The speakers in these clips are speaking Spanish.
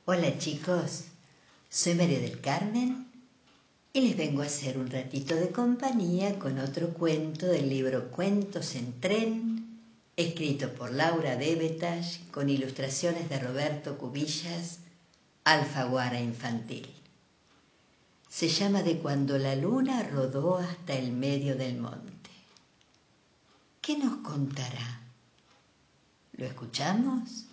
Hola chicos, soy María del Carmen y les vengo a hacer un ratito de compañía con otro cuento del libro Cuentos en Tren, escrito por Laura Debetas con ilustraciones de Roberto Cubillas, Alfaguara Infantil. Se llama De cuando la luna rodó hasta el medio del monte. ¿Qué nos contará? ¿Lo escuchamos?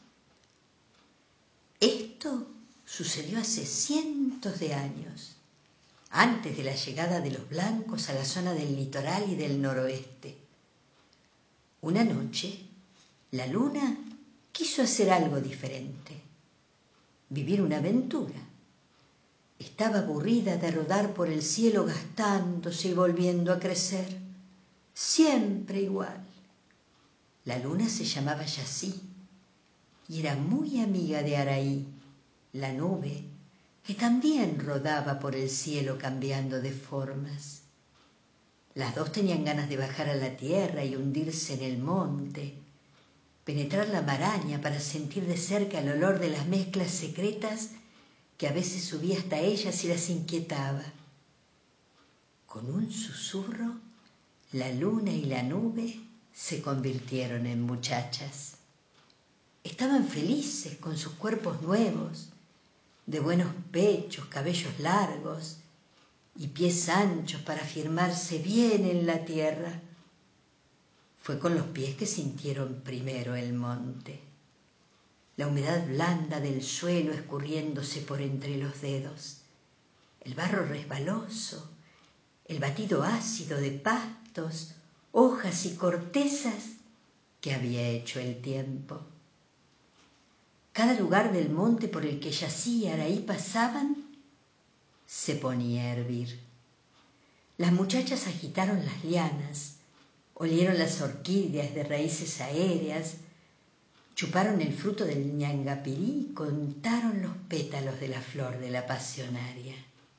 Esto sucedió hace cientos de años, antes de la llegada de los blancos a la zona del litoral y del noroeste. Una noche, la luna quiso hacer algo diferente, vivir una aventura. Estaba aburrida de rodar por el cielo gastándose y volviendo a crecer, siempre igual. La luna se llamaba Yací y era muy amiga de Araí, la nube, que también rodaba por el cielo cambiando de formas. Las dos tenían ganas de bajar a la tierra y hundirse en el monte, penetrar la maraña para sentir de cerca el olor de las mezclas secretas que a veces subía hasta ellas y las inquietaba. Con un susurro, la luna y la nube se convirtieron en muchachas. Estaban felices con sus cuerpos nuevos, de buenos pechos, cabellos largos y pies anchos para afirmarse bien en la tierra. Fue con los pies que sintieron primero el monte, la humedad blanda del suelo escurriéndose por entre los dedos, el barro resbaloso, el batido ácido de pastos, hojas y cortezas que había hecho el tiempo. Cada lugar del monte por el que Yací y Araí pasaban se ponía a hervir. Las muchachas agitaron las lianas, olieron las orquídeas de raíces aéreas, chuparon el fruto del ñangapirí y contaron los pétalos de la flor de la pasionaria.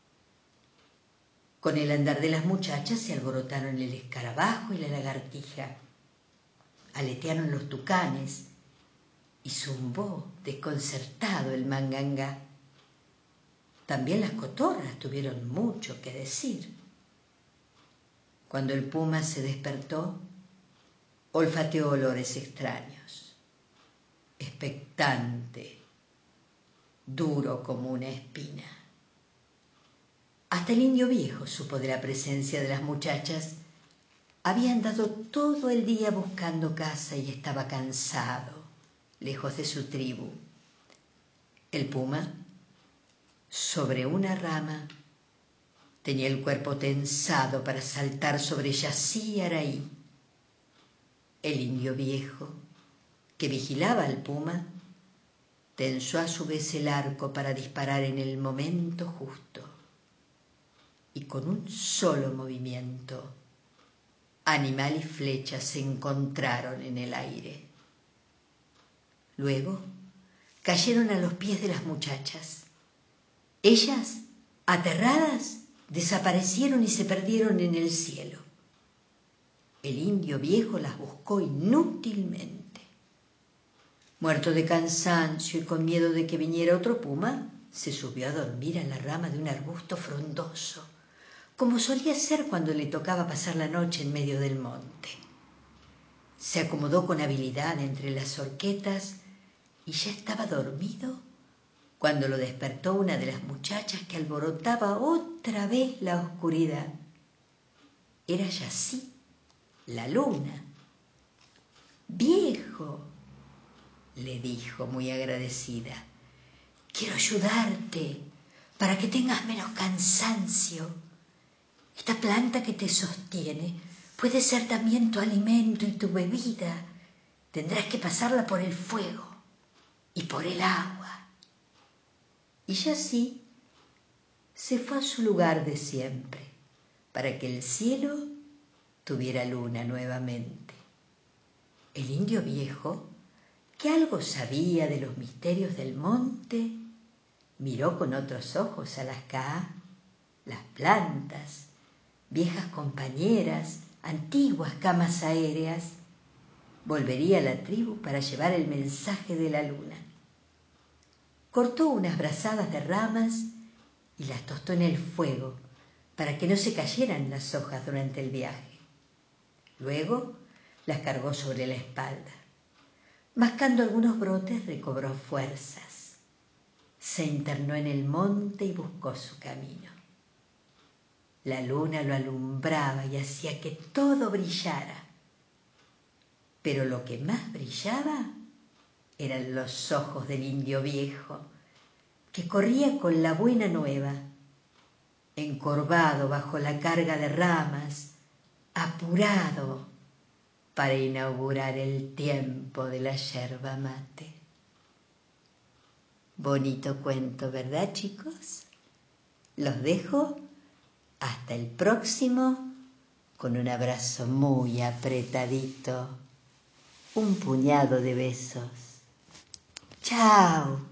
Con el andar de las muchachas se alborotaron el escarabajo y la lagartija, aletearon los tucanes y zumbó desconcertado el mangangá. También las cotorras tuvieron mucho que decir. Cuando el puma se despertó, olfateó olores extraños, expectante, duro como una espina. Hasta el indio viejo supo de la presencia de las muchachas. Había andado todo el día buscando caza y estaba cansado, lejos de su tribu. El puma, sobre una rama, tenía el cuerpo tensado para saltar sobre Yací y Araí. El indio viejo, que vigilaba al puma, tensó a su vez el arco para disparar en el momento justo. Y con un solo movimiento, animal y flecha se encontraron en el aire. Luego cayeron a los pies de las muchachas. Ellas, aterradas, desaparecieron y se perdieron en el cielo. El indio viejo las buscó inútilmente. Muerto de cansancio y con miedo de que viniera otro puma, se subió a dormir a la rama de un arbusto frondoso, como solía hacer cuando le tocaba pasar la noche en medio del monte. Se acomodó con habilidad entre las horquetas y ya estaba dormido cuando lo despertó una de las muchachas que alborotaba otra vez la oscuridad. Era Yací, la luna. «Viejo», le dijo muy agradecida, «quiero ayudarte para que tengas menos cansancio. Esta planta que te sostiene puede ser también tu alimento y tu bebida. Tendrás que pasarla por el fuego y por el agua». Y Yací se fue a su lugar de siempre, para que el cielo tuviera luna nuevamente. El indio viejo, que algo sabía de los misterios del monte, miró con otros ojos a las las plantas, viejas compañeras, antiguas camas aéreas. Volvería a la tribu para llevar el mensaje de la luna. Cortó unas brazadas de ramas y las tostó en el fuego para que no se cayeran las hojas durante el viaje. Luego las cargó sobre la espalda. Mascando algunos brotes recobró fuerzas. Se internó en el monte y buscó su camino. La luna lo alumbraba y hacía que todo brillara. Pero lo que más brillaba eran los ojos del indio viejo, que corría con la buena nueva, encorvado bajo la carga de ramas, apurado para inaugurar el tiempo de la yerba mate. Bonito cuento, ¿verdad, chicos? Los dejo hasta el próximo con un abrazo muy apretadito, un puñado de besos. ¡Chao!